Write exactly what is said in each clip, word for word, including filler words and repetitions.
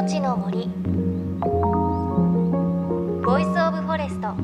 命の森ボイスオブフォレスト。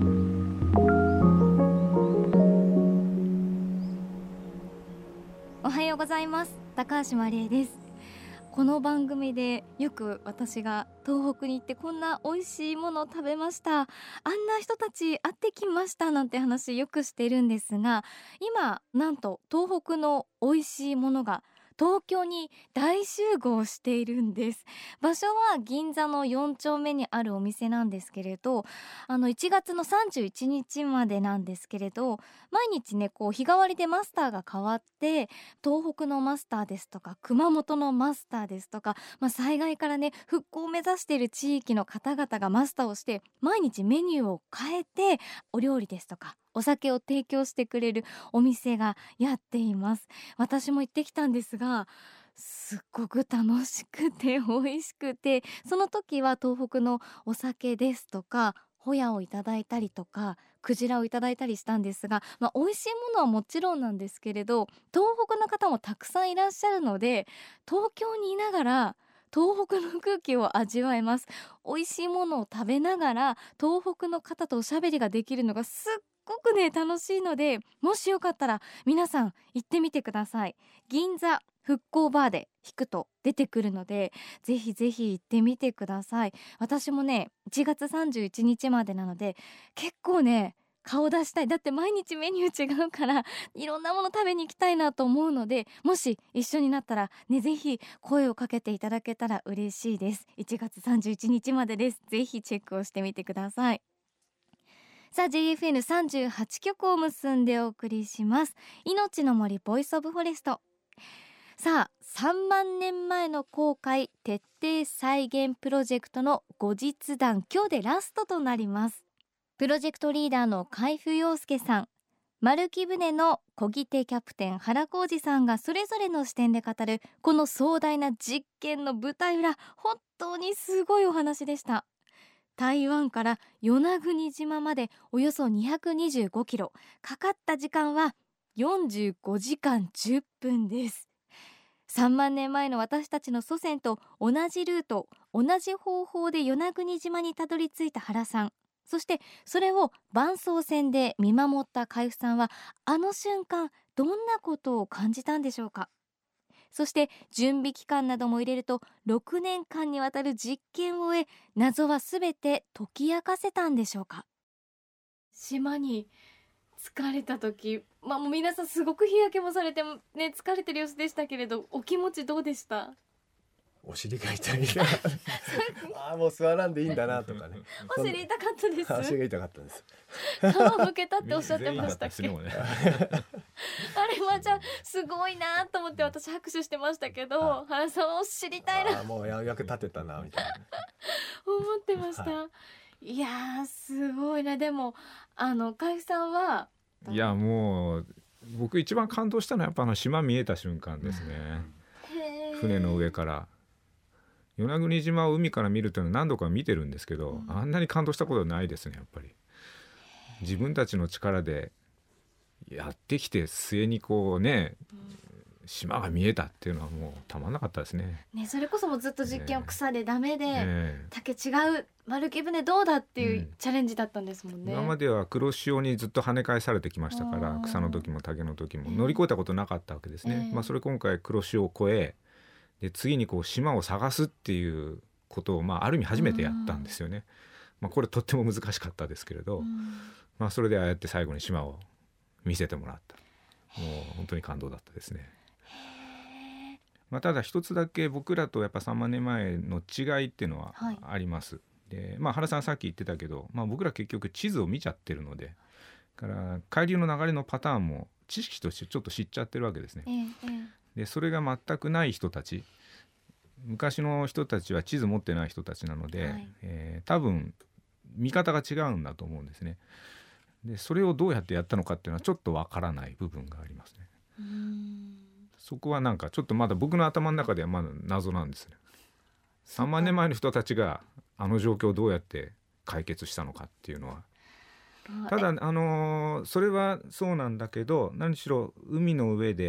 おはようございます。高橋真理恵です。この番組でよく私が東北に行ってこんな美味しいものを食べました、あんな人たち会ってきましたなんて話よくしてるんですが、今なんと東北の美味しいものが東京に大集合しているんです。場所は銀座のよん丁目にあるお店なんですけれど、あのいちがつのさんじゅういちにちまでなんですけれど、毎日ねこう日替わりでマスターが変わって、東北のマスターですとか熊本のマスターですとか、まあ、災害からね復興を目指している地域の方々がマスターをして毎日メニューを変えてお料理ですとかお酒を提供してくれるお店がやっています。私も行ってきたんですが、すっごく楽しくて美味しくて、その時は東北のお酒ですとかホヤをいただいたりとかクジラをいただいたりしたんですが、まあ、美味しいものはもちろんなんですけれど、東北の方もたくさんいらっしゃるので、東京にいながら東北の空気を味わえます。美味しいものを食べながら東北の方とおしゃべりができるのがすっごくね楽しいので、もしよかったら皆さん行ってみてください。銀座復興バーで弾くと出てくるので、ぜひぜひ行ってみてください。私もねいちがつさんじゅういちにちまでなので結構ね顔出したい。だって毎日メニュー違うからいろんなもの食べに行きたいなと思うので、もし一緒になったらねぜひ声をかけていただけたら嬉しいです。いちがつさんじゅういちにちまでです。ぜひチェックをしてみてください。さあ ジーエフエヌさんじゅうはち 曲を結んでお送りします。命の森ボイスオブフォレスト。さあさんまんねんまえの航海徹底再現プロジェクトの後日談、今日でラストとなります。プロジェクトリーダーの海部陽介さん、丸木舟の漕ぎ手キャプテン原浩二さんがそれぞれの視点で語るこの壮大な実験の舞台裏、本当にすごいお話でした。台湾から与那国島までおよそにひゃくにじゅうごキロ、かかった時間はよんじゅうごじかんじゅっぷんです。さんまんねんまえの私たちの祖先と同じルート、同じ方法で与那国島にたどり着いた原さん、そしてそれを伴走船で見守った海部さんは、あの瞬間どんなことを感じたんでしょうか。そして準備期間なども入れるとろくねんかんにわたる実験を終え、謎はすべて解き明かせたんでしょうか。島に疲れた時、まあ、もう皆さんすごく日焼けもされて、ね、疲れてる様子でしたけれど、お気持ちどうでした？ お尻が痛いああもう座らんでいいんだなとかねお尻痛かったです。 足が痛かったです。 皮むけたっておっしゃってましたっけ？ ね、 あれはじゃあすごいなと思って私拍手してましたけど、原さんお尻痛いな、 あもうようやく立てたなみたいな思ってました、はい、いやーすごいな。でもあの海部さんは、 いやもう僕一番感動したのはやっぱあの島見えた瞬間ですね、うん、船の上から与那国島を海から見るというのは何度か見てるんですけど、うん、あんなに感動したことはないですね。やっぱり自分たちの力でやってきて末にこうね、うん、島が見えたっていうのはもうたまんなかったですね。 ね、それこそもうずっと実験を草でダメで、ね、竹違う丸木舟どうだっていうチャレンジだったんですもんね、 うん、今までは黒潮にずっと跳ね返されてきましたから、草の時も竹の時も乗り越えたことなかったわけですね、えーまあ、それ今回黒潮を越えで次にこう島を探すっていうことを、まあ、ある意味初めてやったんですよね、まあ、これとっても難しかったですけれど、まあ、それでああやって最後に島を見せてもらった。もう本当に感動だったですね。まあ、ただ一つだけ僕らとやっぱさんまんねんまえの違いっていうのはあります、はい、でまあ、原さんさっき言ってたけど、まあ、僕ら結局地図を見ちゃってるので、から海流の流れのパターンも知識としてちょっと知っちゃってるわけですね、ええ、でそれが全くない人たち、昔の人たちは地図持ってない人たちなので、はい、えー、多分見方が違うんだと思うんですね。でそれをどうやってやったのかっていうのはちょっとわからない部分がありますね。うーん、そこはなんかちょっとまだ僕の頭の中ではまだ謎なんですね。さんまんねんまえの人たちがあの状況をどうやって解決したのかっていうのは、ただあのー、それはそうなんだけど、何しろ海の上で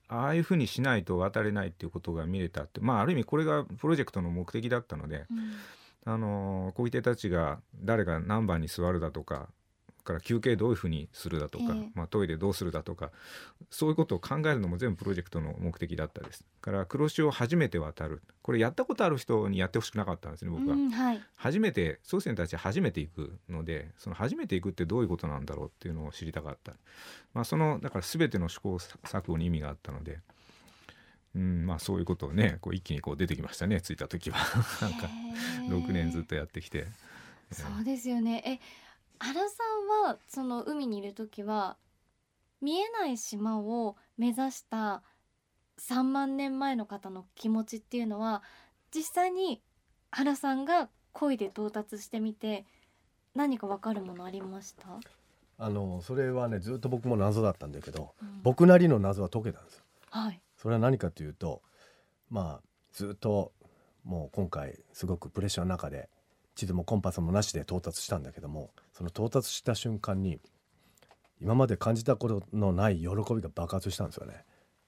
ああいうふうにしないと渡れないっていうことが見れたって、まあある意味これがプロジェクトの目的だったので、 うん、 あの漕ぎ手たちが誰が何番に座るだとかから休憩どういうふうにするだとか、 ええ、 まあ、トイレどうするだとかそういうことを考えるのも全部プロジェクトの目的だったです。から黒潮を初めて渡る、これやったことある人にやってほしくなかったんですね僕は、 うん、はい、 初めて祖先たち初めて行くので、その初めて行くってどういうことなんだろうっていうのを知りたかった、まあ、そのだから全ての試行錯誤に意味があったので、うんまあ、そういうことをねこう一気にこう出てきましたね着いた時はなんかろくねんずっとやってきて。 そうですよね。え、原さんはその海にいる時は見えない島を目指したさんまんねんまえの方の気持ちっていうのは実際に原さんが漕いで到達してみて何か分かるものありました？ あのそれはねずっと僕も謎だったんだけど、 うん、 僕なりの謎は解けたんですよ。 はい、 それは何かというと、まあずっともう今回すごくプレッシャーの中で地図もコンパスもなしで到達したんだけども、その到達した瞬間に今まで感じたことのない喜びが爆発したんですよね。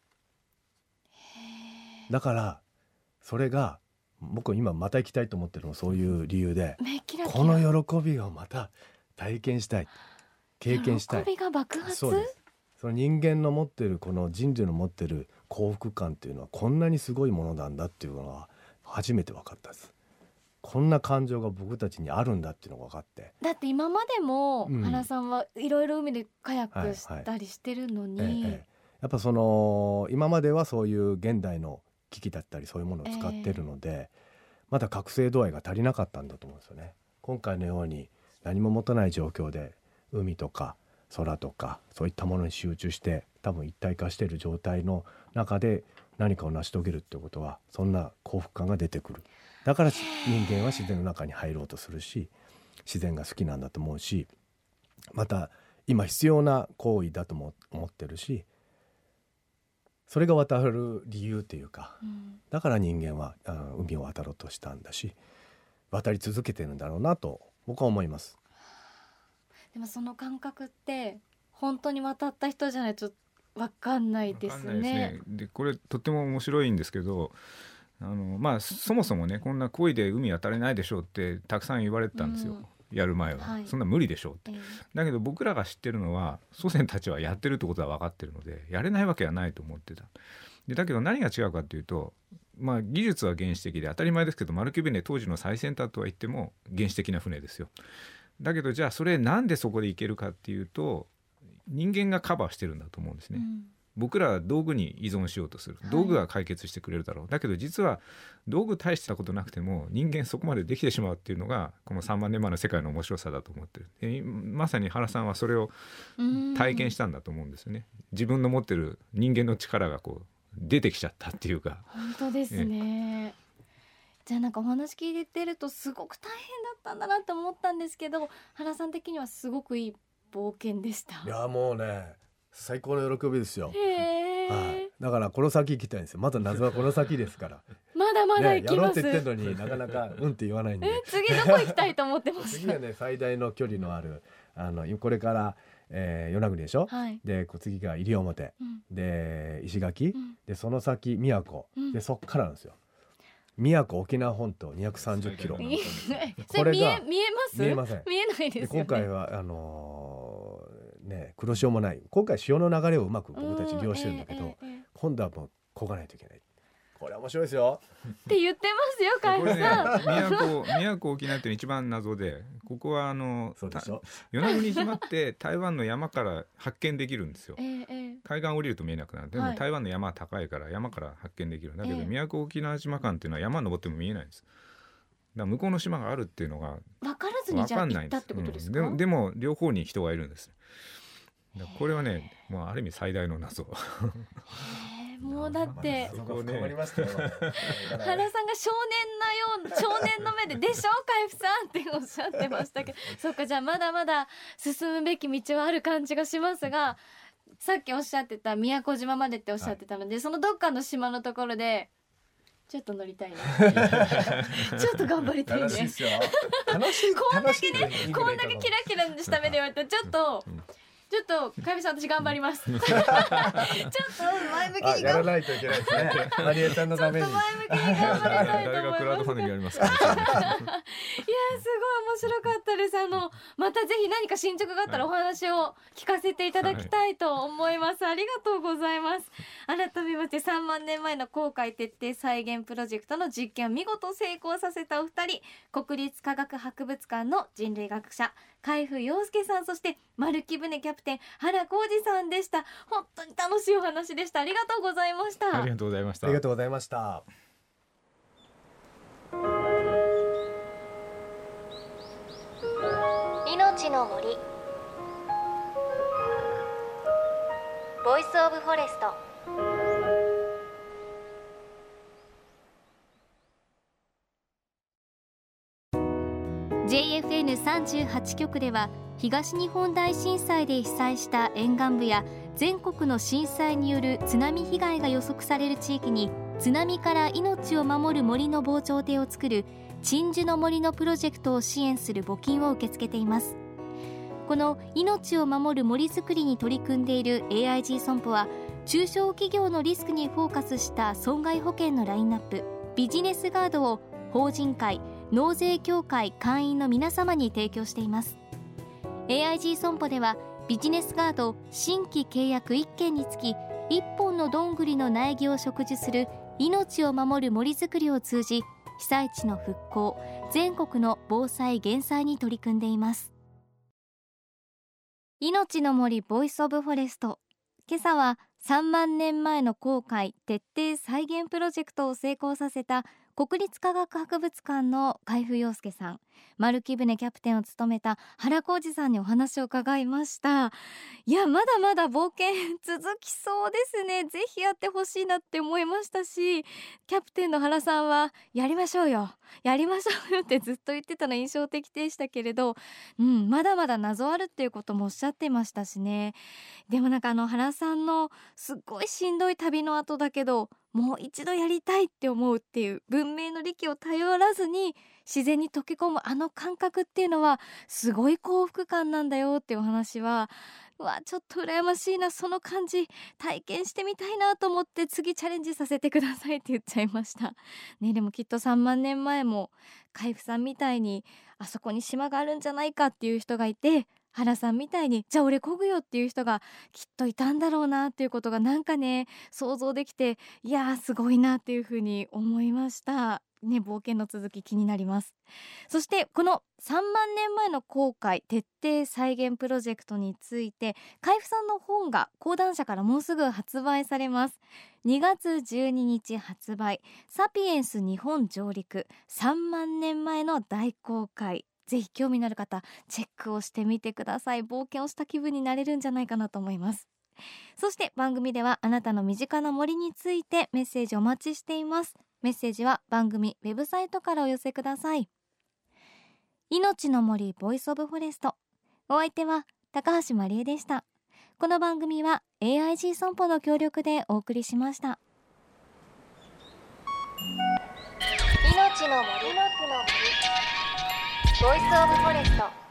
だからそれが僕今また行きたいと思ってるのもそういう理由で、 キラキラこの喜びをまた体験したい、経験したい。 喜びが爆発。 そうです。その人間の持ってるこの人類の持ってる幸福感っていうのはこんなにすごいものなんだっていうのは初めて分かったです。こんな感情が僕たちにあるんだっていうのが分かって。 だって今までもうん原さんはいろいろ海でカヤックしたりしてるのに、 ええええ、やっぱその今まではそういう現代の機器だったりそういうものを使ってるので、ええ、まだ覚醒度合いが足りなかったんだと思うんですよね。今回のように何も持たない状況で海とか空とかそういったものに集中して多分一体化している状態の中で何かを成し遂げるってことはそんな幸福感が出てくる。だから人間は自然の中に入ろうとするし自然が好きなんだと思うし、また今必要な行為だとも思ってるし、それが渡る理由っていうか、 うん、 だから人間はあの海を渡ろうとしたんだし渡り続けてるんだろうなと僕は思います。 でもその感覚って本当に渡った人じゃないと分かんないですね。 分かんないですね。でこれとっても面白いんですけど、あのまあそもそもねこんな漕いで海渡れないでしょうってたくさん言われてたんですよ、うん、やる前は、はい、そんな無理でしょうって、えー、だけど僕らが知ってるのは祖先たちはやってるってことは分かってるのでやれないわけはないと思ってた。でだけど何が違うかっていうと、まあ、技術は原始的で当たり前ですけど丸木舟当時の最先端とは言っても原始的な船ですよ。だけどじゃあそれなんでそこで行けるかっていうと人間がカバーしてるんだと思うんですね、うん、僕らは道具に依存しようとする、道具が解決してくれるだろう、はい、だけど実は道具大したことなくても人間そこまでできてしまうっていうのがこのさんまんねんまえの世界の面白さだと思ってる。でまさに原さんはそれを体験したんだと思うんですよね。自分の持ってる人間の力がこう出てきちゃったっていうか。 本当ですね。じゃあなんかお話聞いてるとすごく大変だったんだなって思ったんですけど、原さん的にはすごくいい冒険でした。 いやもうね最高の喜びですよ。 へー、 はい、だからこの先行きたいんですよ。まだ謎はこの先ですからまだまだ行きます、 ね、やろうって言ってんのになかなかうんって言わないんでえ次どこ行きたいと思ってます次はね最大の距離のあるあのこれから、えー、与那国でしょ、はい、で次が西表、うん、で石垣、うん、でその先宮古、うん、でそっからなんですよ。宮古沖縄本島にひゃくさんじゅっキロこれが見え、見えます？ 見えません。 見えないですよね。 で今回はあのー、ね黒潮もない。今回潮の流れをうまく僕たち利用してるんだけど、えーえーえー、今度はもう漕がないといけない。これは面白いですよって言ってますよ海部さん。 宮古宮古沖縄って一番謎で、ここはあの与那国島って台湾の山から発見できるんですよ、えーえー、海岸降りると見えなくなる。でも、はい、台湾の山は高いから山から発見できる。だけど、えー、宮古沖縄島間っていうのは山登っても見えないんです。だから向こうの島があるっていうのが分からずにじゃあ行ったってことですか？ うん、でも、でも両方に人がいるんです。だこれはねもうある意味最大の謎もうだってそこね、原さんが少年なよう少年の目ででしょ海部さんっておっしゃってましたけどそうか、じゃあまだまだ進むべき道はある感じがしますが、さっきおっしゃってた宮古島までっておっしゃってたので、はい、そのどっかの島のところでちょっと乗りたいなちょっと頑張りたいね。 楽しいですよ楽しいこんだけねこんだけキラキラした目で言われたらちょっとちょっとかゆみさん私頑張りますちょっと前向きにやらないといけないですねマリエさんのためにちょっと前向きに頑張りたいと思います誰がクラウドファンディングやりますか、ね、 いやすごい面白かったです。あのまたぜひ何か進捗があったらお話を聞かせていただきたいと思います、はい、ありがとうございます。改めましてさんまんねんまえの航海徹底再現プロジェクトの実験を見事成功させたお二人、国立科学博物館の人類学者海部陽介さん、そして丸木舟キャプテン原浩二さんでした。本当に楽しいお話でした。ありがとうございました。 ありがとうございました。 ありがとうございました。 命の森ボイスオブフォレスト。ジェイエフエヌさんじゅうはち 局では東日本大震災で被災した沿岸部や全国の震災による津波被害が予測される地域に津波から命を守る森の防潮堤を作る鎮守の森のプロジェクトを支援する募金を受け付けています。この命を守る森づくりに取り組んでいる エーアイジー 損保は中小企業のリスクにフォーカスした損害保険のラインナップビジネスガードを法人会納税協会会員の皆様に提供しています。 エーアイジー 損保ではビジネスガード新規契約いっけんにつきいっぽんのどんぐりの苗木を植樹する命を守る森づくりを通じ被災地の復興、全国の防災減災に取り組んでいます。命の森ボイスオブフォレスト。今朝はさんまんねんまえの航海徹底再現プロジェクトを成功させた国立科学博物館の海部陽介さん、丸木舟キャプテンを務めた原浩二さんにお話を伺いました。いやまだまだ冒険続きそうですね。ぜひやってほしいなって思いましたし、キャプテンの原さんはやりましょうよやりましょうよってずっと言ってたの印象的でしたけれど、うん、まだまだ謎あるっていうこともおっしゃってましたしね。でもなんかあの原さんのすっごいしんどい旅の後だけどもう一度やりたいって思うっていう文明の利器を頼らずに自然に溶け込むあの感覚っていうのはすごい幸福感なんだよっていうお話は、うわちょっと羨ましいな、その感じ体験してみたいなと思って次チャレンジさせてくださいって言っちゃいましたね。でもきっとさんまんねんまえも海部さんみたいにあそこに島があるんじゃないかっていう人がいて、原さんみたいにじゃあ俺漕ぐよっていう人がきっといたんだろうなっていうことがなんかね想像できて、いやーすごいなっていうふうに思いましたね。冒険の続き気になります。そしてこのさんまんねんまえの航海徹底再現プロジェクトについて海部さんの本が講談社からもうすぐ発売されます。にがつじゅうににち発売、サピエンス日本上陸さんまんねんまえの大航海。ぜひ興味のある方チェックをしてみてください。冒険をした気分になれるんじゃないかなと思います。そして番組ではあなたの身近な森についてメッセージお待ちしています。メッセージは番組ウェブサイトからお寄せください。命の森ボイスオブフォレスト、お相手は高橋まりえでした。この番組は エーアイジー 損保の協力でお送りしました。命の森ボイスオブフォレスト。